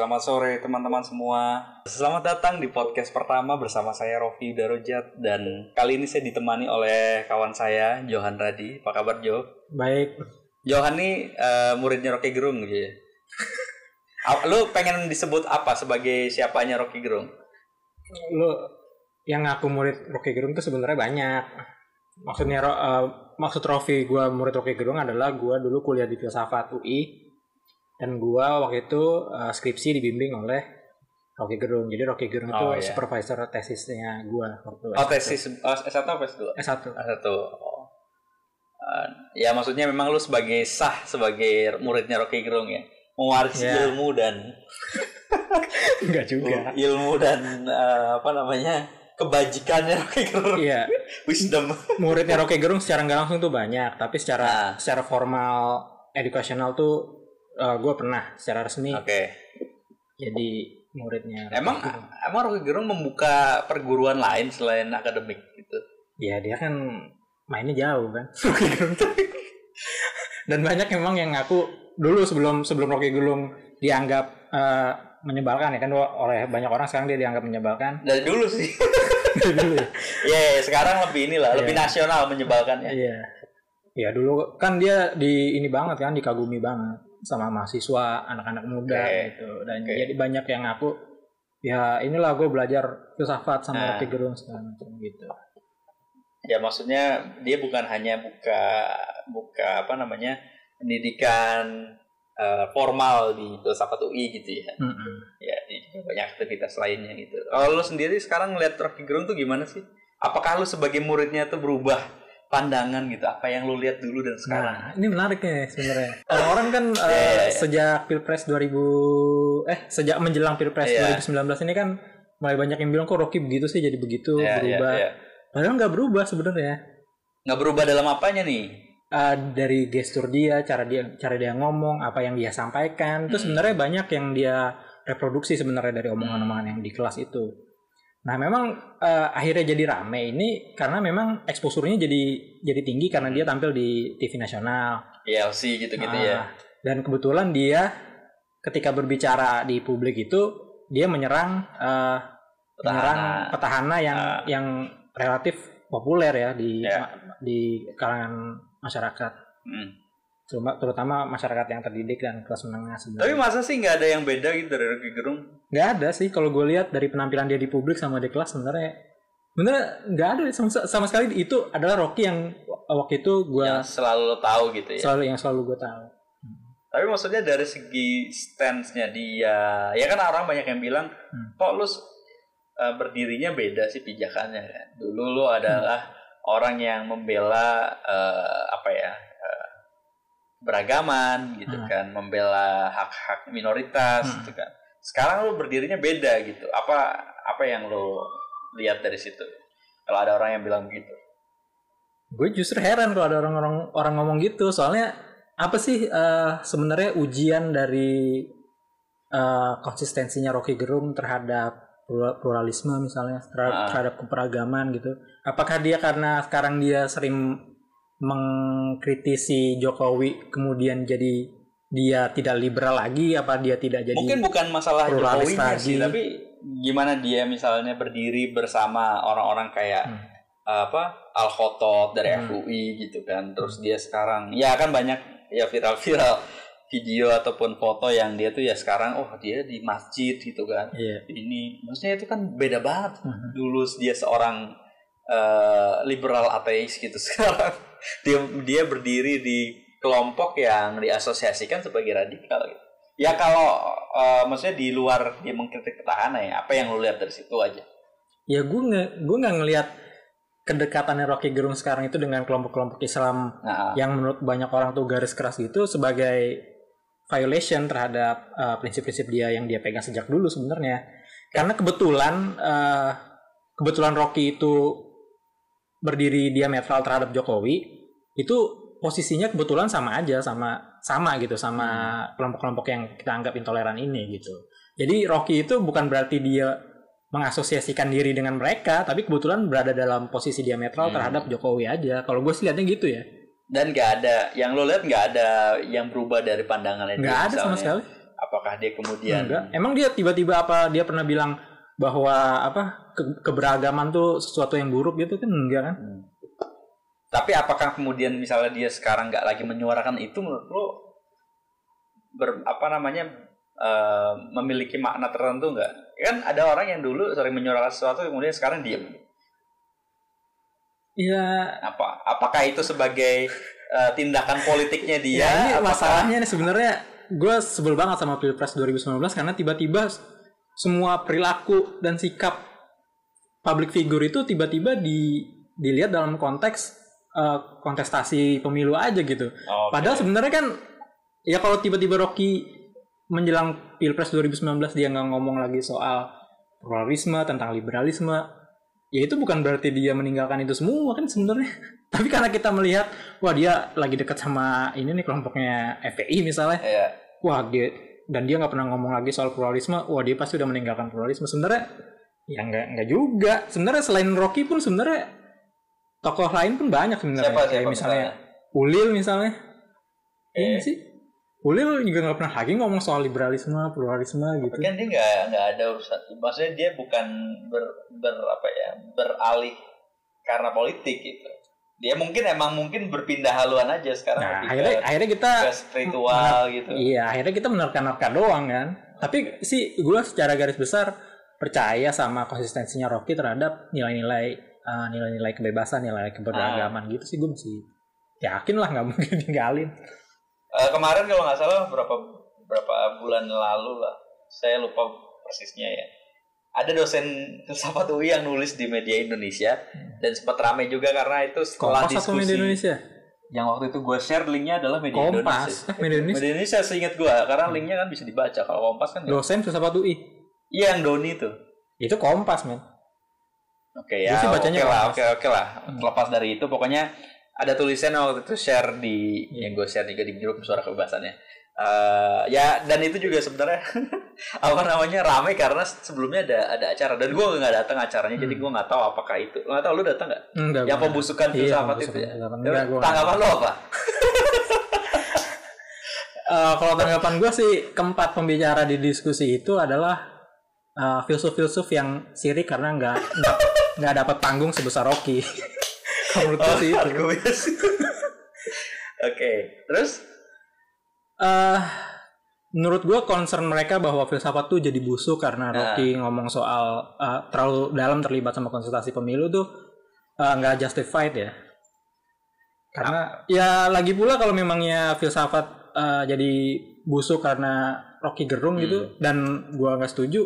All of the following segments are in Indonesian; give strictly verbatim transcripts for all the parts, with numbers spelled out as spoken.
selamat sore teman-teman semua. Selamat datang di podcast pertama bersama saya Rofi Darojat. Dan kali ini saya ditemani oleh kawan saya Johan Radi. Apa kabar Jo? Baik. Johan nih uh, muridnya Rocky Gerung gitu ya. Lu pengen disebut apa sebagai siapanya Rocky Gerung? Lu yang ngaku murid Rocky Gerung tuh sebenarnya banyak. Maksudnya uh, maksud Rofi gue murid Rocky Gerung adalah gue dulu kuliah di filsafat U I. Dan gua waktu itu uh, skripsi dibimbing oleh Rocky Gerung. Jadi Rocky Gerung oh, itu iya. supervisor tesisnya gua waktu Oh, tesis oh, S satu apa S dua? S satu. S satu. Oh. Uh, ya maksudnya memang lu sebagai sah sebagai muridnya Rocky Gerung ya. Mewarisi yeah. ilmu dan enggak juga. Ilmu dan uh, apa namanya? Kebajikannya Rocky Gerung. Iya. Wisdom. Muridnya Rocky Gerung secara enggak langsung tuh banyak, tapi secara nah. secara formal educational tuh Uh, gue pernah secara resmi okay. jadi muridnya. Emang Rocky emang Rocky Gerung membuka perguruan lain selain akademik gitu? Ya dia kan mainnya jauh kan. Rocky Gerung. Dan banyak memang yang ngaku dulu sebelum sebelum Rocky Gerung dianggap uh, menyebalkan ya kan oleh banyak orang, sekarang dia dianggap menyebalkan. Dari dulu sih. Dari dulu. Ya yeah, sekarang lebih inilah yeah. lebih nasional menyebalkan ya. Iya. Yeah. Ya dulu kan dia di ini banget kan, dikagumi banget sama mahasiswa, anak-anak muda okay. gitu. Dan okay. jadi banyak yang ngaku ya inilah gue belajar filsafat sama nah. Rocky Gerung segala macam gitu. Ya maksudnya dia bukan hanya buka buka apa namanya pendidikan uh, formal di filsafat U I gitu ya. Mm-hmm. Ya di banyak aktivitas lainnya gitu. Kalau lu sendiri sekarang ngeliat Rocky Gerung tuh gimana sih? Apakah lu sebagai muridnya tuh berubah pandangan gitu, apa yang lu lihat dulu dan sekarang? Nah, ini menarik nih sebenarnya. Orang-orang kan yeah, uh, yeah, yeah. sejak Pilpres dua ribu eh sejak menjelang Pilpres yeah. dua ribu sembilan belas ini kan mulai banyak yang bilang kok Rocky begitu sih jadi begitu yeah, berubah. Yeah, yeah. Padahal nggak berubah sebenarnya. Nggak berubah dalam apanya nih? Uh, dari gestur dia, cara dia cara dia ngomong, apa yang dia sampaikan, itu hmm. sebenarnya banyak yang dia reproduksi sebenarnya dari omongan-omongan hmm. yang di kelas itu. Nah memang uh, akhirnya jadi rame ini karena memang eksposurnya jadi jadi tinggi karena dia tampil di T V nasional, E L C gitu-gitu nah, ya. Dan kebetulan dia ketika berbicara di publik itu dia menyerang uh, petahana. menyerang petahana yang uh. yang relatif populer ya di yeah. di kalangan masyarakat. Hmm. Cuma terutama masyarakat yang terdidik dan kelas menengah sebenarnya. Tapi masa sih nggak ada yang beda gitu dari Rocky Gerung? Nggak ada sih kalau gue lihat dari penampilan dia di publik sama di kelas sebenarnya. Bener nggak ada sama, sama sekali. Itu adalah Rocky yang waktu itu gue yang selalu tahu gitu ya. Selalu yang selalu gue tahu. Hmm. Tapi maksudnya dari segi stance-nya dia, ya kan orang banyak yang bilang, hmm. kok lu uh, berdirinya beda sih pijakannya kan. Dulu lu adalah hmm. orang yang membela uh, apa ya? beragaman gitu hmm. kan, membela hak-hak minoritas hmm. gitu kan. Sekarang lu berdirinya beda gitu. Apa apa yang lu lihat dari situ? Kalau ada orang yang bilang begitu. Gue justru heran kalau ada orang-orang orang ngomong gitu. Soalnya apa sih uh, sebenarnya ujian dari uh, konsistensinya Rocky Gerung terhadap pluralisme misalnya, terhadap, ah. terhadap keberagaman gitu. Apakah dia karena sekarang dia sering mengkritisi Jokowi kemudian jadi dia tidak liberal lagi, apa dia tidak jadi mungkin bukan masalah Jokowi sih, tapi gimana dia misalnya berdiri bersama orang-orang kayak hmm. apa Al-Khotot dari hmm. F U I gitu kan, terus dia sekarang ya kan banyak ya viral-viral video ataupun foto yang dia tuh ya sekarang oh dia di masjid gitu kan, yeah. ini maksudnya itu kan beda banget. hmm. Dulu dia seorang uh, liberal ateis gitu, sekarang dia dia berdiri di kelompok yang diasosiasikan sebagai radikal gitu. Ya kalau uh, maksudnya di luar dia mengkritik petahana ya, apa yang lu lihat dari situ aja? Ya gue nggak gue nggak ngelihat kedekatannya Rocky Gerung sekarang itu dengan kelompok-kelompok Islam nah. yang menurut banyak orang tuh garis keras gitu sebagai violation terhadap uh, prinsip-prinsip dia yang dia pegang sejak dulu sebenarnya. Karena kebetulan uh, kebetulan Rocky itu berdiri diametral terhadap Jokowi, itu posisinya kebetulan sama aja sama sama gitu sama hmm. kelompok-kelompok yang kita anggap intoleran ini gitu. Jadi Rocky itu bukan berarti dia mengasosiasikan diri dengan mereka, tapi kebetulan berada dalam posisi diametral hmm. terhadap Jokowi aja. Kalau gue sih lihatnya gitu ya. Dan nggak ada yang lo lihat, nggak ada yang berubah dari pandangannya. Nggak ada sama sekali. Apakah dia kemudian enggak. Emang dia tiba-tiba apa dia pernah bilang bahwa apa ke- keberagaman tuh sesuatu yang buruk gitu kan enggak kan? Hmm. Tapi apakah kemudian misalnya dia sekarang nggak lagi menyuarakan itu menurut lo ber, apa namanya uh, memiliki makna tertentu nggak? Kan ada orang yang dulu sering menyuarakan sesuatu kemudian sekarang diam. Iya. Apa? Apakah itu sebagai uh, tindakan politiknya dia? Ya, ini apakah... masalahnya nih sebenarnya gue sebel banget sama Pilpres dua ribu sembilan belas karena tiba-tiba semua perilaku dan sikap public figure itu tiba-tiba di, dilihat dalam konteks uh, kontestasi pemilu aja gitu. Okay. Padahal sebenarnya kan ya kalau tiba-tiba Rocky menjelang Pilpres dua ribu sembilan belas dia nggak ngomong lagi soal pluralisme, tentang liberalisme, ya itu bukan berarti dia meninggalkan itu semua kan sebenarnya. Tapi karena kita melihat, wah dia lagi dekat sama ini nih kelompoknya F P I misalnya, yeah. wah dia dan dia nggak pernah ngomong lagi soal pluralisme, wah dia pasti udah meninggalkan pluralisme. Sebenarnya ya nggak nggak juga. Sebenarnya selain Rocky pun sebenarnya tokoh lain pun banyak sebenarnya. Siapa, kayak siapa, misalnya misalnya? Ulil misalnya, eh. ini sih Ulil juga nggak pernah lagi ngomong soal liberalisme, pluralisme gitu. Tapi kan dia nggak nggak ada urusan. Maksudnya dia bukan ber, ber apa ya beralih karena politik gitu. Dia mungkin emang mungkin berpindah haluan aja sekarang. Nah, akhirnya ke, akhirnya kita ke spiritual gitu. Iya, akhirnya kita menerka-nerka doang kan. Tapi sih gue secara garis besar percaya sama konsistensinya Rocky terhadap nilai-nilai uh, nilai-nilai kebebasan, nilai keberagaman ah. gitu sih gue masih yakin lah nggak mungkin tinggalin. Uh, kemarin kalau nggak salah berapa berapa bulan lalu lah, saya lupa persisnya ya. Ada dosen filsafat U I yang nulis di media Indonesia hmm. dan sempat ramai juga karena itu sekolah Kompas diskusi. Media Indonesia? Yang waktu itu gue share linknya adalah media Kompas. Indonesia. Eh, media Indonesia. Media Indonesia seingat gue karena linknya kan bisa dibaca. Kalau Kompas kan dosen filsafat U I. Iya yang Doni itu. Itu Kompas men. Oke ya. Oke okay lah, oke okay, oke okay lah. Hmm. Lepas dari itu pokoknya ada tulisan waktu itu share di hmm. yang gue share juga di grup Suara Kebebasannya. Uh, ya dan itu juga sebenarnya apa namanya ramai karena sebelumnya ada ada acara dan gue nggak datang acaranya hmm. jadi gue nggak tahu apakah itu nggak tahu lu datang nggak yang pembusukan filsafat iya, itu ya enggak, tanggapan lo apa? uh, kalau tanggapan gue sih keempat pembicara di diskusi itu adalah uh, filsuf-filsuf yang sirik karena nggak nggak dapat panggung sebesar Rocky. Kalau menurut gue oh, sih itu. Oke terus Uh, menurut gue concern mereka bahwa filsafat tuh jadi busuk karena Rocky nah. ngomong soal uh, terlalu dalam terlibat sama konsultasi pemilu tuh nggak uh, justified ya. Karena ah. ya lagi pula kalau memangnya filsafat uh, jadi busuk karena Rocky gerung hmm. gitu dan gue nggak setuju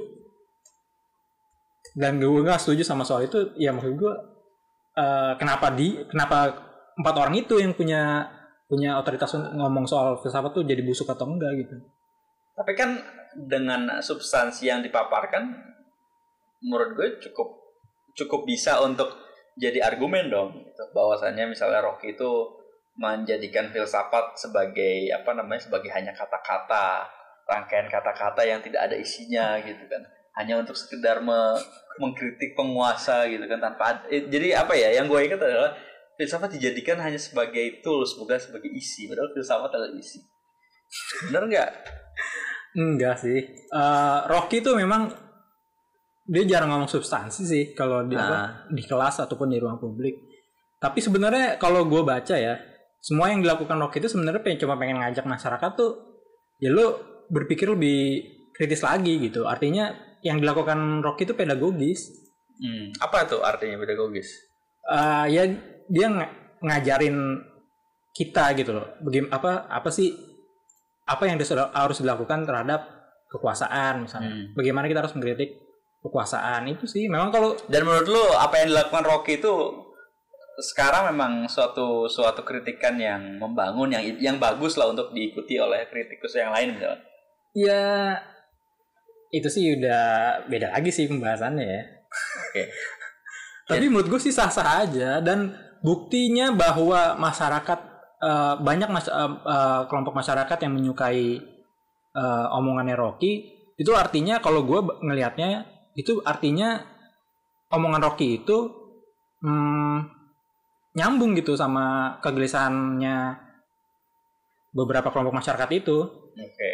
dan gue nggak setuju sama soal itu ya maksud gue uh, kenapa di kenapa empat orang itu yang punya punya otoritas ngomong soal filsafat tuh jadi busuk atau enggak gitu. Tapi kan dengan substansi yang dipaparkan menurut gue cukup cukup bisa untuk jadi argumen dong gitu. Bahwasannya misalnya Rocky itu menjadikan filsafat sebagai apa namanya sebagai hanya kata-kata, rangkaian kata-kata yang tidak ada isinya gitu kan. Hanya untuk sekedar me- mengkritik penguasa gitu kan tanpa ad- jadi apa ya yang gue ingat adalah filsafat dijadikan hanya sebagai tools, bukan sebagai isi. Padahal filsafat adalah isi. Bener nggak? Enggak sih. Uh, Rocky tuh memang dia jarang ngomong substansi sih kalau di, nah. di kelas ataupun di ruang publik. Tapi sebenarnya kalau gue baca ya, semua yang dilakukan Rocky itu sebenarnya pengen, cuma pengen ngajak masyarakat tuh, ya lo berpikir lebih kritis lagi gitu. Artinya yang dilakukan Rocky itu pedagogis. Hmm. Apa tuh artinya pedagogis? Uh, ya dia ng- ngajarin kita gitu loh. Bagaimana apa apa sih apa yang harus dilakukan terhadap kekuasaan misalnya. Hmm. Bagaimana kita harus mengkritik kekuasaan itu sih. Memang kalau dan menurut lu apa yang dilakukan Rocky itu sekarang memang suatu suatu kritikan yang membangun yang yang bagus lah untuk diikuti oleh kritikus yang lain misalnya. Ya itu sih udah beda lagi sih pembahasannya ya. Oke. Okay. Tapi ya. Menurut gue sih sah-sah aja dan buktinya bahwa masyarakat uh, banyak mas- uh, uh, kelompok masyarakat yang menyukai uh, omongannya Rocky itu artinya kalau gue ngelihatnya itu artinya omongan Rocky itu hmm, nyambung gitu sama kegelisahannya beberapa kelompok masyarakat itu. Okay.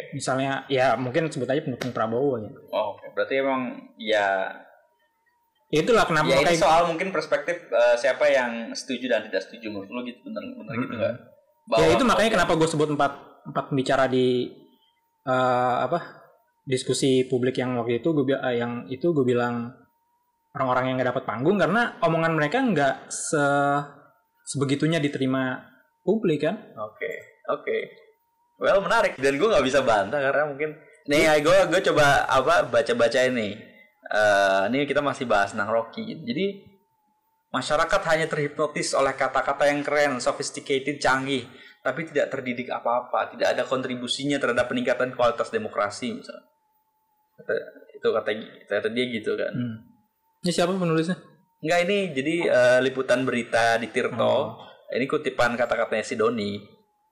Misalnya ya mungkin sebut aja pendukung Prabowo ya. Oh, oke. Okay. Berarti emang ya itulah kenapa ya ini kayak soal mungkin perspektif uh, siapa yang setuju dan tidak setuju menurut lo gitu, bener bener mm-hmm. gitu nggak? Ya itu makanya kenapa gue sebut empat empat pembicara di uh, apa diskusi publik yang waktu itu gue uh, yang itu gue bilang orang-orang yang nggak dapat panggung karena omongan mereka nggak se sebegitunya diterima publik kan? Oke okay. oke. Okay. Well menarik dan gue nggak bisa bantah karena mungkin nih gue gue coba apa baca-baca ini uh, ini kita masih bahas tentang Rocky jadi masyarakat hanya terhipnotis oleh kata-kata yang keren, sophisticated, canggih tapi tidak terdidik apa-apa, tidak ada kontribusinya terhadap peningkatan kualitas demokrasi misalnya kata, itu kata kata dia gitu kan. Hmm. Ini siapa penulisnya? Enggak ini jadi uh, liputan berita di Tirto oh. Ini kutipan kata-katanya si Doni.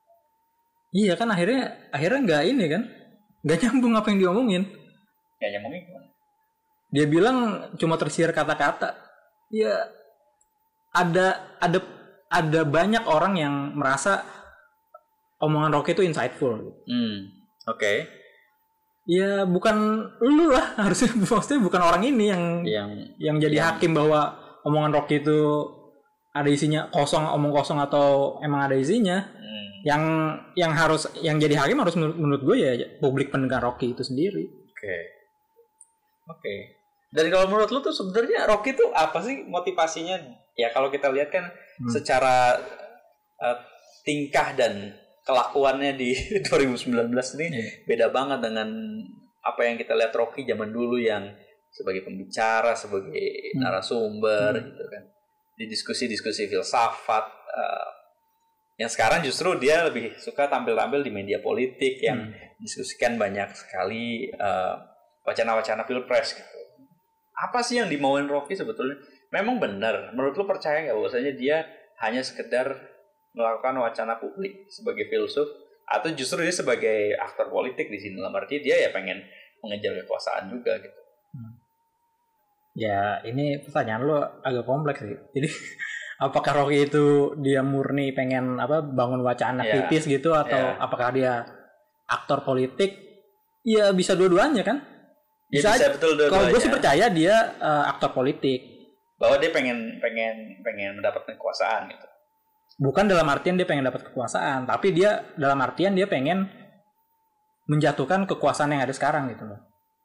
Iya kan akhirnya akhirnya nggak ini kan nggak nyambung apa yang diomongin. Nggak nyambungin gimana? Dia bilang cuma tersiar kata-kata. Ya ada ada ada banyak orang yang merasa omongan Rocky itu insightful. Hmm. Oke. Okay. Ya bukan lu lah harusnya maksudnya bukan orang ini yang yang yang jadi yang, hakim bahwa omongan Rocky itu ada isinya kosong omong kosong atau emang ada isinya. Hmm. Yang yang harus yang jadi hakim harus menurut, menurut gue ya publik pendengar Rocky itu sendiri. Oke. Okay. Oke. Okay. Dan kalau menurut lu tuh sebenarnya Rocky tuh apa sih motivasinya? Ya kalau kita lihat kan hmm. secara uh, tingkah dan kelakuannya di dua ribu sembilan belas ini hmm. beda banget dengan apa yang kita lihat Rocky zaman dulu yang sebagai pembicara, sebagai hmm. narasumber hmm. gitu kan. Di diskusi-diskusi filsafat uh, yang sekarang justru dia lebih suka tampil-tampil di media politik yang hmm. diskusikan banyak sekali uh, wacana-wacana pilpres gitu. Apa sih yang dimauin Rocky sebetulnya? Memang benar. Menurut lu percaya nggak bahwasanya dia hanya sekedar melakukan wacana publik sebagai filsuf atau justru dia sebagai aktor politik di sini? Dalam arti dia ya pengen mengejar kekuasaan juga gitu. Hmm. Ya ini pertanyaan lu agak kompleks sih. Jadi apakah Rocky itu dia murni pengen apa bangun wacana yeah. kritis gitu atau yeah. apakah dia aktor politik? Ya bisa dua-duanya kan? Bisa, ya, bisa betul dua-duanya. Kalau gue sih percaya dia uh, aktor politik. Bahwa dia pengen pengen pengen mendapatkan kekuasaan gitu. Bukan dalam artian dia pengen dapat kekuasaan, tapi dia dalam artian dia pengen menjatuhkan kekuasaan yang ada sekarang gitu loh.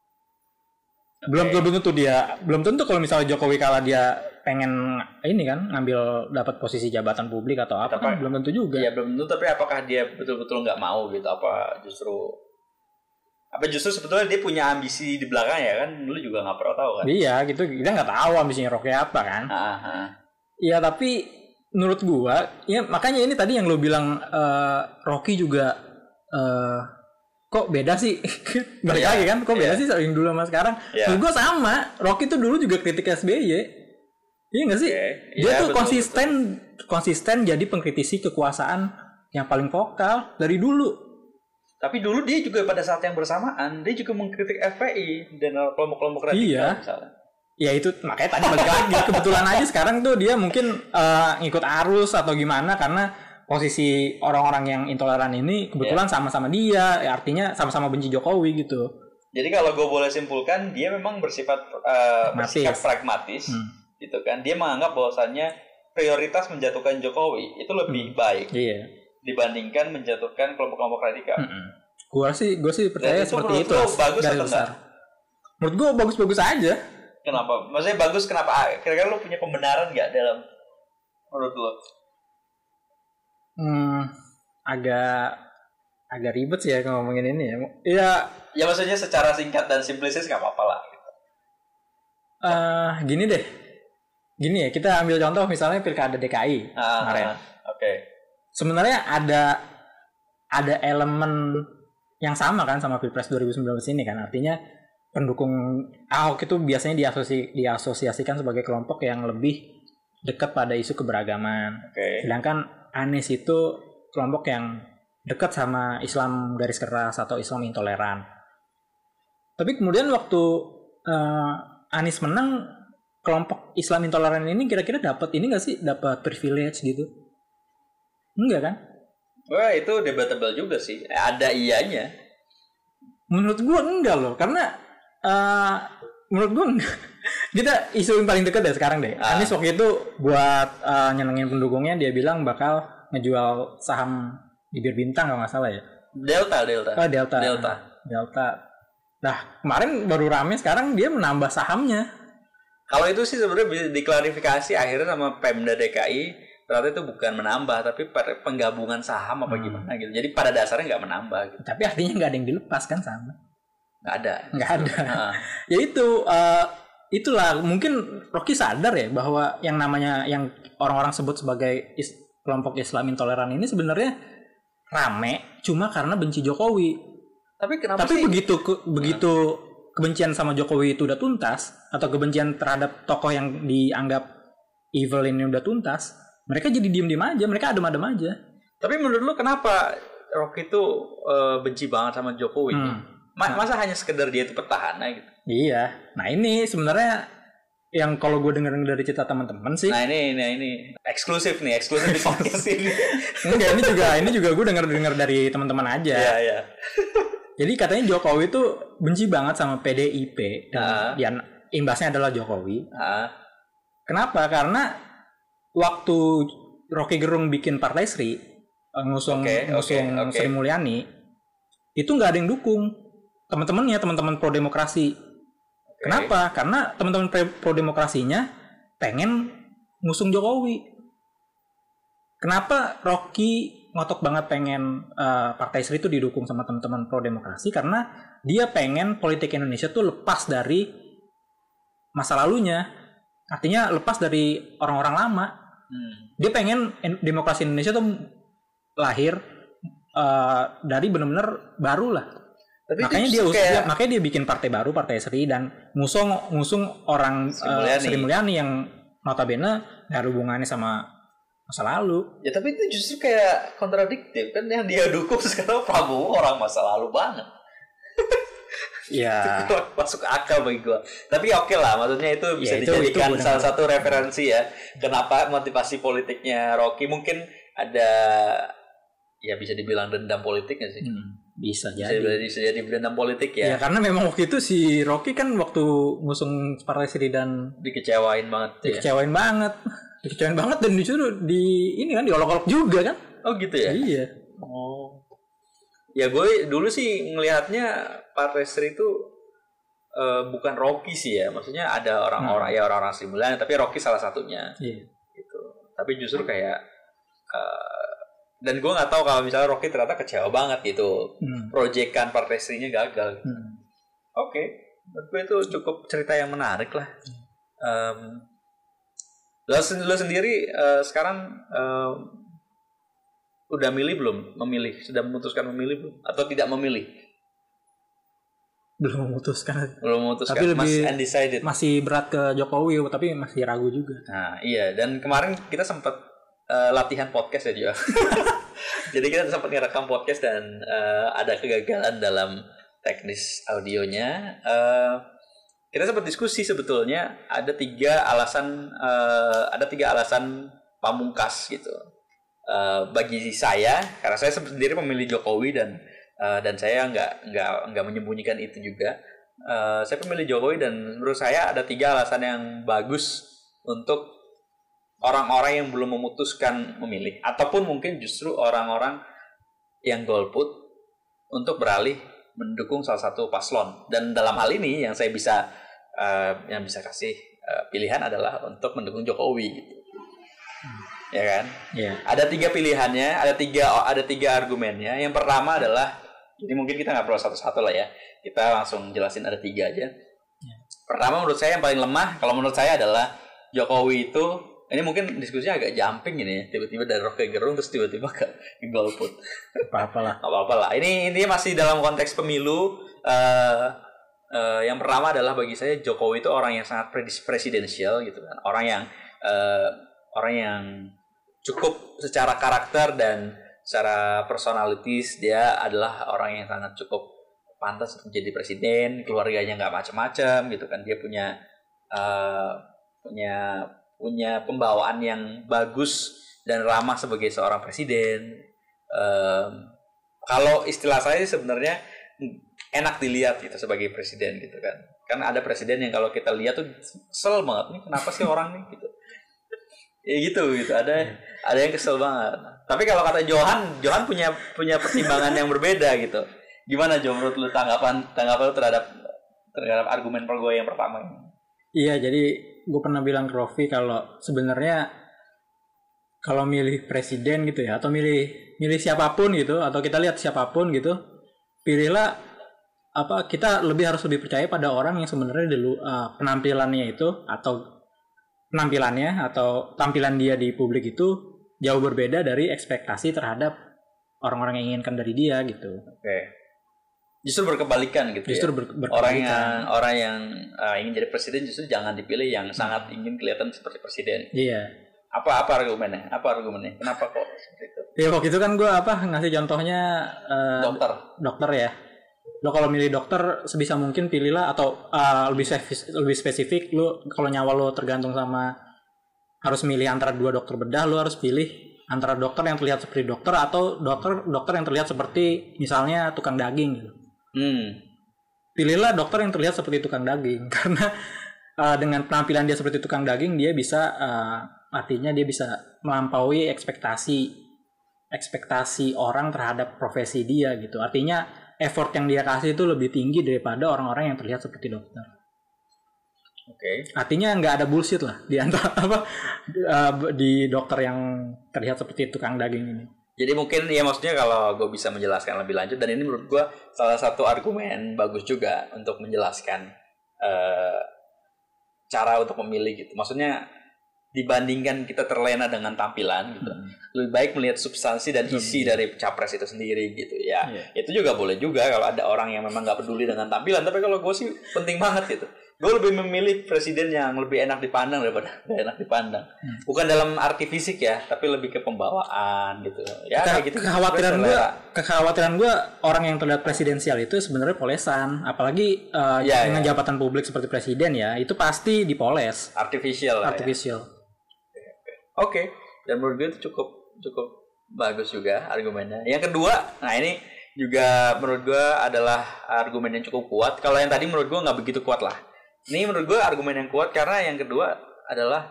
Okay. Belum belum tentu dia belum tentu kalau misalnya Jokowi kalah dia pengen ini kan ngambil dapat posisi jabatan publik atau apa kan belum tentu juga. Iya belum tentu tapi apakah dia betul-betul nggak mau gitu apa justru apa justru sebetulnya dia punya ambisi di belakangnya kan lu juga nggak pernah tahu kan. Iya gitu kita nggak tahu ambisinya Rocky apa kan. Iya tapi menurut gua ya makanya ini tadi yang lu bilang uh, Rocky juga uh, kok beda sih balik yeah. lagi kan kok beda yeah. sih yang dulu sama sekarang. Yeah. Menurut gua sama Rocky tuh dulu juga kritik S B Y. Iya nggak sih? Okay. Dia yeah, tuh betul, konsisten betul. konsisten jadi pengkritisi kekuasaan yang paling vokal dari dulu. Tapi dulu dia juga pada saat yang bersamaan dia juga mengkritik F P I dan kelompok-kelompok radikal iya. misalnya. Ya itu makanya tadi balik lagi kebetulan aja sekarang tuh dia mungkin uh, ngikut arus atau gimana karena posisi orang-orang yang intoleran ini kebetulan yeah. sama-sama dia, ya artinya sama-sama benci Jokowi gitu. Jadi kalau gue boleh simpulkan dia memang bersifat uh, bersikap pragmatis. Hmm. Gitu kan dia menganggap bahwasannya prioritas menjatuhkan Jokowi itu lebih hmm. baik iya. dibandingkan menjatuhkan kelompok-kelompok radikal. Hmm. Gua sih gua sih percaya itu seperti itu. Bagus atau enggak? Menurut gua bagus-bagus aja. Kenapa? Maksudnya bagus kenapa? Kira-kira lu punya pembenaran nggak dalam menurut lu? Hmm, agak agak ribet sih ya ngomongin ini ya. Iya. Ya maksudnya secara singkat dan simplistis nggak apa-apa lah. Gitu. Uh, gini deh. Gini ya, kita ambil contoh misalnya pilkada D K I ah, kemarin. Oke. Okay. Sebenarnya ada ada elemen yang sama kan sama Pilpres dua ribu sembilan belas ini kan. Artinya pendukung Ahok itu biasanya diasosi, diasosiasikan sebagai kelompok yang lebih dekat pada isu keberagaman. Okay. Sedangkan Anies itu kelompok yang dekat sama Islam garis keras atau Islam intoleran. Tapi kemudian waktu uh, Anies menang, kelompok Islam intoleran ini kira-kira dapat ini nggak sih, dapat privilege gitu? Enggak kan? Wah itu debatable juga sih. Ada iyanya. Menurut gue enggak loh, karena uh, menurut gue enggak. Kita isu yang paling dekat ya sekarang deh. Ah. Anies waktu itu buat uh, nyenengin pendukungnya, dia bilang bakal ngejual saham di Bir Bintang kalau nggak salah ya. Delta, Delta. Oh, Delta. Delta. Delta. Nah, kemarin baru rame, sekarang dia menambah sahamnya. Kalau itu sih sebenarnya bisa diklarifikasi akhirnya sama Pemda D K I, ternyata itu bukan menambah, tapi penggabungan saham apa hmm. gimana gitu. Jadi pada dasarnya nggak menambah gitu. Tapi artinya nggak ada yang dilepas kan sahamnya? Nggak ada. Nggak ada. Uh. Ya itu, uh, itulah mungkin Rocky sadar ya bahwa yang namanya yang orang-orang sebut sebagai is, kelompok Islam intoleran ini sebenarnya rame cuma karena benci Jokowi. Tapi kenapa Tapi sih? begitu ke, begitu kebencian sama Jokowi itu udah tuntas atau kebencian terhadap tokoh yang dianggap evil ini udah tuntas, mereka jadi diem-diem aja, mereka adem-adem aja. Tapi menurut lu kenapa Rocky itu uh, benci banget sama Jokowi? Hmm. Ma- masa nah. hanya sekedar dia itu petahana gitu? Iya. Nah ini sebenarnya yang kalau gue denger dari cerita teman-teman sih. Nah ini ini ini eksklusif nih, eksklusif di podcast ini. Enggak, ini juga ini juga gue denger-denger dari teman-teman aja. Iya iya. Jadi katanya Jokowi itu benci banget sama P D I P dan uh. imbasnya adalah Jokowi. Uh. Kenapa? Karena waktu Rocky Gerung bikin Partai Sri, ngusung okay, ngusung okay, okay. Sri Mulyani, itu nggak ada yang dukung teman-temannya, teman-teman pro demokrasi. Okay. Kenapa? Karena teman-teman pro demokrasinya pengen ngusung Jokowi. Kenapa Rocky ngotot banget pengen uh, Partai Sri itu didukung sama teman-teman pro demokrasi? Karena dia pengen politik Indonesia tuh lepas dari masa lalunya, artinya lepas dari orang-orang lama. Hmm. Dia pengen demokrasi Indonesia tuh lahir uh, dari benar-benar baru lah. Tapi makanya dia kayak... dia makanya dia bikin partai baru, Partai Sri, dan ngusung ngusung orang Sri Mulyani, uh, Sri Mulyani yang notabene nggak ada hubungannya sama masa lalu. Ya tapi itu justru kayak kontradiktif kan, yang dia dukung sekarang Prabowo orang masa lalu banget. Ya masuk akal bagi gue. Tapi oke okay lah, maksudnya itu bisa ya, itu, dijadikan itu salah satu referensi ya. Kenapa motivasi politiknya Rocky mungkin ada, ya bisa dibilang dendam politik nggak sih? Hmm, bisa jadi. Bisa, bisa jadi dendam politik ya. Ya karena memang waktu itu si Rocky kan waktu ngusung Partai Sri dan dikecewain banget. Dikecewain ya? banget. Dikecewain banget dan disuruh di ini kan diolok-olok juga kan? Oh gitu ya? Iya. Oh. Ya gue dulu sih ngelihatnya Partai Sri itu uh, bukan Rocky sih ya, maksudnya ada orang-orang hmm. ya orang-orang Sri Mulyani, tapi Rocky salah satunya. Iya. Gitu. Tapi justru kayak uh, dan gue nggak tahu kalau misalnya Rocky ternyata kecewa banget gitu, hmm. proyekan Partai Sri-nya gagal. Hmm. Oke, okay. Menurut gue itu cukup cerita yang menarik lah. Um, Lo, lo sendiri uh, sekarang uh, udah milih belum? Memilih? Sudah memutuskan memilih belum? Atau tidak memilih? Belum memutuskan. Belum memutuskan. Tapi lebih masih undecided. Masih berat ke Jokowi, tapi masih ragu juga. Nah iya, dan kemarin kita sempat uh, latihan podcast ya juga. Jadi kita sempat ngerekam podcast dan uh, ada kegagalan dalam teknis audionya. Uh, Kita sempat diskusi sebetulnya ada tiga alasan uh, ada tiga alasan pamungkas gitu uh, bagi saya, karena saya sendiri memilih Jokowi dan uh, dan saya nggak nggak nggak menyembunyikan itu juga. Uh, saya memilih Jokowi dan menurut saya ada tiga alasan yang bagus untuk orang-orang yang belum memutuskan memilih, ataupun mungkin justru orang-orang yang golput untuk beralih mendukung salah satu paslon. Dan dalam hal ini yang saya bisa uh, yang bisa kasih uh, pilihan adalah untuk mendukung Jokowi gitu. Hmm. Ya kan? Yeah. Ada tiga pilihannya, ada tiga ada tiga argumennya. Yang pertama adalah, ini mungkin kita nggak perlu satu-satu lah ya. Kita langsung jelasin, ada tiga aja. Yeah. Pertama menurut saya yang paling lemah, kalau menurut saya adalah Jokowi itu, ini mungkin diskusinya agak jumping gini ya, tiba-tiba dari Rocky Gerung terus tiba-tiba ke golput. Apa-apalah. Apa-apalah. Ini intinya masih dalam konteks pemilu. Uh, uh, yang pertama adalah bagi saya Jokowi itu orang yang sangat presidensial gitu kan, orang yang uh, orang yang cukup secara karakter dan secara personalities dia adalah orang yang sangat cukup pantas menjadi presiden. Keluarganya nggak macam-macam gitu kan, dia punya uh, punya punya pembawaan yang bagus dan ramah sebagai seorang presiden. Um, kalau istilah saya sebenarnya enak dilihat gitu sebagai presiden gitu kan. Kan ada presiden yang kalau kita lihat tuh kesel banget nih, kenapa sih orang nih gitu. Ya gitu gitu. Ada ada yang kesel banget. Tapi kalau kata Johan, Johan punya punya pertimbangan yang berbeda gitu. Gimana Jo menurut lu tanggapan tanggapan lu terhadap terhadap argumen per gue yang pertama ini? Iya, jadi gue pernah bilang ke Rofi kalau sebenarnya kalau milih presiden gitu ya, atau milih milih siapapun gitu, atau kita lihat siapapun gitu, pilihlah apa kita lebih harus lebih percaya pada orang yang sebenarnya dulu uh, penampilannya itu atau penampilannya atau tampilan dia di publik itu jauh berbeda dari ekspektasi terhadap orang-orang yang inginkan dari dia gitu. Oke. Okay. Justru berkebalikan gitu. Justru ya. ber- berkebalikan. Orang yang orang yang uh, ingin jadi presiden justru jangan dipilih yang sangat ingin kelihatan seperti presiden. Iya. Apa apa argumennya? Apa argumennya? Kenapa kok seperti itu? Ya waktu itu kan gue apa ngasih contohnya uh, dokter. Dokter ya. Lo kalau milih dokter sebisa mungkin pilihlah atau uh, lebih spesifik, lebih spesifik lo kalau nyawa lo tergantung sama harus milih antara dua dokter bedah, lo harus pilih antara dokter yang terlihat seperti dokter atau dokter dokter yang terlihat seperti misalnya tukang daging gitu. Hmm. Pilihlah dokter yang terlihat seperti tukang daging karena uh, dengan penampilan dia seperti tukang daging dia bisa uh, artinya dia bisa melampaui ekspektasi ekspektasi orang terhadap profesi dia gitu. Artinya effort yang dia kasih itu lebih tinggi daripada orang-orang yang terlihat seperti dokter. Oke. Okay. Artinya nggak ada bullshit lah di antara apa uh, di dokter yang terlihat seperti tukang daging ini. Jadi mungkin ya maksudnya kalau gue bisa menjelaskan lebih lanjut dan ini menurut gue salah satu argumen bagus juga untuk menjelaskan uh, cara untuk memilih gitu. Maksudnya dibandingkan kita terlena dengan tampilan gitu, hmm. lebih baik melihat substansi dan isi hmm. dari capres itu sendiri gitu ya. Yeah. Itu juga boleh juga kalau ada orang yang memang nggak peduli dengan tampilan. Tapi kalau gue sih penting banget gitu. Gue lebih memilih presiden yang lebih enak dipandang daripada gak enak dipandang. Hmm. Bukan dalam arti fisik ya, tapi lebih ke pembawaan gitu. Ya Ke, kayak gitu. Kekhawatiran gue, kekhawatiran gue orang yang terlihat presidensial itu sebenarnya polesan. Apalagi uh, ya, dengan ya. jabatan publik seperti presiden ya, itu pasti dipoles. Artificial. Artificial. Ya. Oke, okay. Dan menurut gue itu cukup cukup bagus juga argumennya. Yang kedua, nah ini juga menurut gue adalah argumen yang cukup kuat. Kalau yang tadi menurut gue nggak begitu kuat lah. Ini menurut gue argumen yang kuat karena yang kedua adalah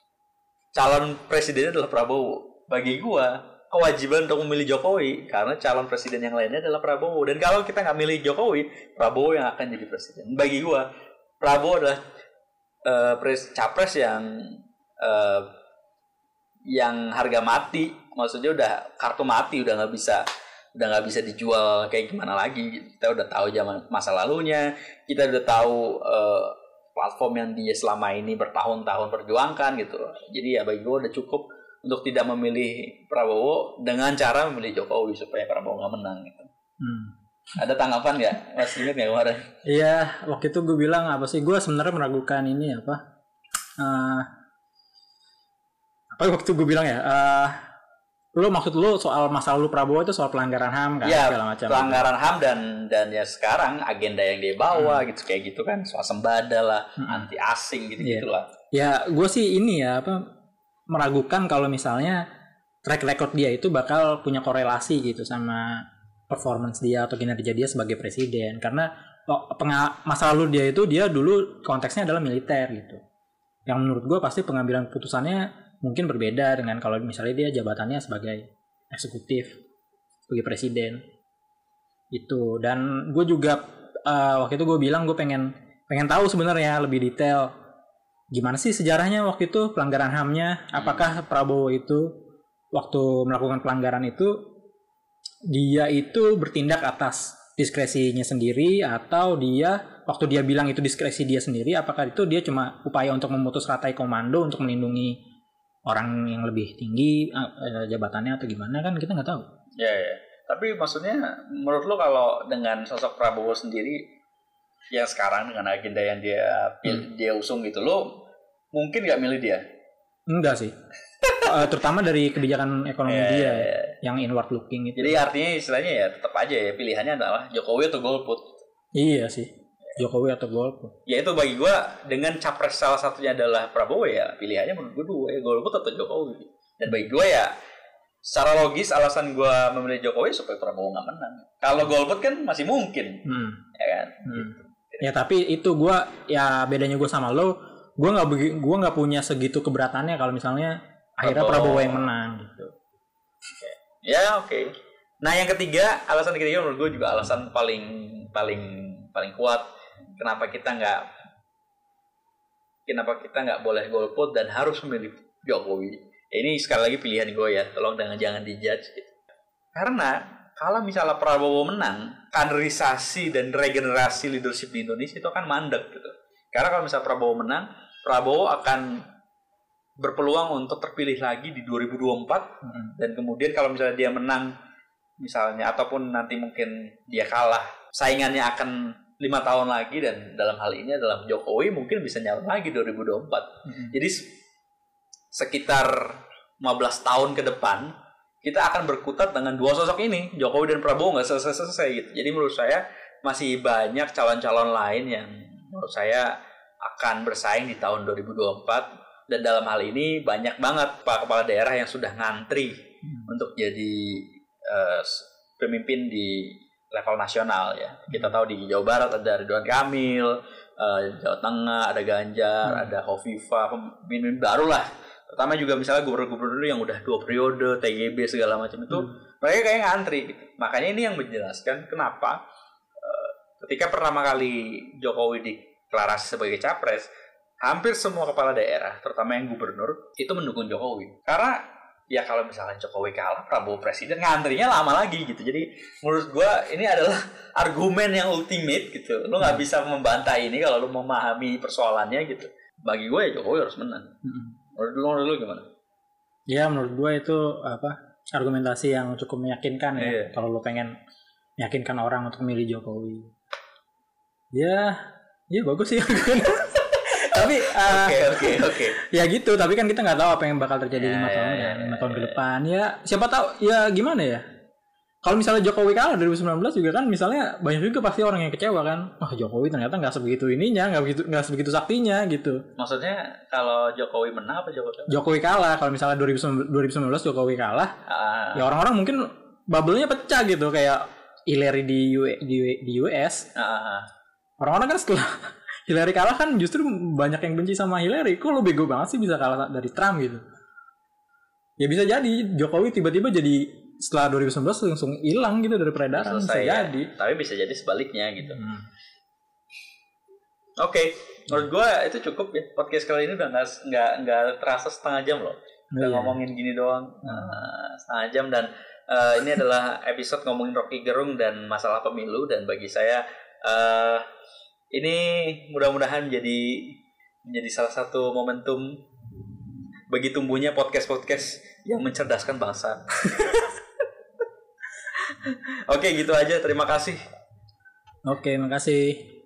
calon presidennya adalah Prabowo. Bagi gue kewajiban untuk memilih Jokowi karena calon presiden yang lainnya adalah Prabowo. Dan kalau kita nggak milih Jokowi, Prabowo yang akan jadi presiden. Bagi gue Prabowo adalah uh, pres, capres yang uh, yang harga mati, maksudnya udah kartu mati, udah nggak bisa udah nggak bisa dijual kayak gimana lagi. Kita udah tahu zaman masa lalunya, kita udah tahu uh, platform yang dia selama ini bertahun-tahun perjuangkan gitu. Jadi ya bagi gue udah cukup untuk tidak memilih Prabowo dengan cara memilih Jokowi supaya Prabowo nggak menang gitu. Hmm. Ada tanggapan nggak? Mas ingat nggak kemarin? Iya, waktu itu gue bilang apa sih? Gue sebenarnya meragukan ini apa? Uh, apa waktu gue bilang ya? Uh, Lo maksud lo soal masa lalu Prabowo itu soal pelanggaran H A M kan? Ya, segala macam. Pelanggaran H A M dan dan ya sekarang agenda yang dia bawa hmm. gitu kayak gitu kan, swasembada lah, hmm. anti asing gitu gitulah. Ya, gue sih ini ya apa meragukan kalau misalnya track record dia itu bakal punya korelasi gitu sama performance dia atau kinerja dia sebagai presiden karena oh, penga- masa lalu dia itu dia dulu konteksnya adalah militer gitu. Yang menurut gue pasti pengambilan keputusannya mungkin berbeda dengan kalau misalnya dia jabatannya sebagai eksekutif, sebagai presiden itu. Dan gue juga uh, waktu itu gue bilang gue pengen pengen tahu sebenarnya lebih detail gimana sih sejarahnya waktu itu pelanggaran H A M-nya. Apakah Prabowo itu waktu melakukan pelanggaran itu dia itu bertindak atas diskresinya sendiri atau dia waktu dia bilang itu diskresi dia sendiri, apakah itu dia cuma upaya untuk memutus rantai komando untuk melindungi orang yang lebih tinggi uh, jabatannya atau gimana kan kita nggak tahu. Ya, ya. Tapi maksudnya menurut lo kalau dengan sosok Prabowo sendiri yang sekarang dengan agenda yang dia hmm. dia usung gitu, lo mungkin nggak milih dia? Enggak sih. uh, terutama dari kebijakan ekonomi yeah, dia yeah. yang inward looking itu. Jadi artinya istilahnya ya tetap aja ya pilihannya adalah Jokowi atau golput. Iya sih. Jokowi atau golput. Ya itu bagi gue dengan capres salah satunya adalah Prabowo ya pilihannya menurut gue dua ya golput atau Jokowi. Dan bagi gue ya secara logis alasan gue memilih Jokowi supaya Prabowo nggak menang. Kalau golput kan masih mungkin, hmm. ya kan? Hmm. Gitu. Ya tapi itu gue ya bedanya gue sama lo, gue nggak gue nggak punya segitu keberatannya kalau misalnya Prabowo. Akhirnya Prabowo yang menang gitu. Okay. Ya oke. Okay. Nah yang ketiga, alasan ketiga menurut gue juga alasan paling paling paling kuat kenapa kita nggak kenapa kita nggak boleh golput dan harus memilih Jokowi. Ini sekali lagi pilihan gue ya, tolong jangan jangan dijudge gitu. Karena kalau misalnya Prabowo menang, kaderisasi dan regenerasi leadership di Indonesia itu akan mandek gitu. Karena kalau misalnya Prabowo menang, Prabowo akan berpeluang untuk terpilih lagi di dua ribu dua puluh empat hmm. dan kemudian kalau misalnya dia menang misalnya ataupun nanti mungkin dia kalah, saingannya akan lima tahun lagi dan dalam hal ini adalah Jokowi mungkin bisa nyalon lagi dua ribu dua puluh empat. Hmm. Jadi sekitar lima belas tahun ke depan kita akan berkutat dengan dua sosok ini, Jokowi dan Prabowo nggak selesai-selesai gitu. Jadi menurut saya masih banyak calon-calon lain yang menurut saya akan bersaing di tahun dua ribu dua puluh empat dan dalam hal ini banyak banget Pak Kepala Daerah yang sudah ngantri hmm. untuk jadi uh, pemimpin di level nasional ya. Kita tahu di Jawa Barat ada Ridwan Kamil, uh, Jawa Tengah ada Ganjar, hmm. ada Khofifah, pemimpin baru lah. Pertama juga misalnya gubernur-gubernur yang udah dua periode, T G B segala macam itu, hmm. mereka kayak ngantri gitu. Makanya ini yang menjelaskan kenapa uh, ketika pertama kali Jokowi deklarasi sebagai capres, hampir semua kepala daerah, terutama yang gubernur, itu mendukung Jokowi. Karena ya kalau misalnya Jokowi kalah, Prabowo presiden, ngantrinya lama lagi gitu. Jadi menurut gue ini adalah argumen yang ultimate gitu. Lo nggak bisa membantah ini kalau lo memahami persoalannya gitu. Bagi gue ya Jokowi harus menang. Hmm. Menurut lu, menurut lu gimana? Ya menurut gue itu apa argumentasi yang cukup meyakinkan ya. Yeah. Kalau lu pengen meyakinkan orang untuk milih Jokowi, ya, ya bagus sih. Tapi oke oke oke. Ya gitu. Tapi kan kita nggak tahu apa yang bakal terjadi lima yeah, tahun ya, yeah, lima tahun yeah. ke depan. Ya siapa tahu. Ya gimana ya? Kalau misalnya Jokowi kalah dua ribu sembilan belas juga kan, misalnya banyak juga pasti orang yang kecewa kan. Wah Jokowi ternyata nggak sebegitu ininya, nggak begitu nggak sebegitu saktinya gitu. Maksudnya kalau Jokowi menang apa Jokowi kalah? Jokowi kalah. Kalau misalnya dua ribu sembilan belas Jokowi kalah, ah. ya orang-orang mungkin bubble-nya pecah gitu kayak Hillary di U, di, di U S. Ah. Orang-orang kan setelah Hillary kalah kan justru banyak yang benci sama Hillary. Kok lo bego banget sih bisa kalah dari Trump gitu? Ya bisa jadi Jokowi tiba-tiba jadi setelah dua ribu sembilan belas langsung hilang gitu dari peredaran. Selesai, bisa ya. Jadi. Tapi bisa jadi sebaliknya gitu. Hmm. Oke, okay. Menurut gue itu cukup ya. Podcast kali ini udah nggak nggak nggak terasa setengah jam loh. Udah yeah. ngomongin gini doang uh, setengah jam dan uh, ini adalah episode ngomongin Rocky Gerung dan masalah pemilu dan bagi saya uh, ini mudah-mudahan menjadi menjadi salah satu momentum bagi tumbuhnya podcast-podcast yang mencerdaskan bangsa. Oke, gitu aja. Terima kasih. Oke, makasih.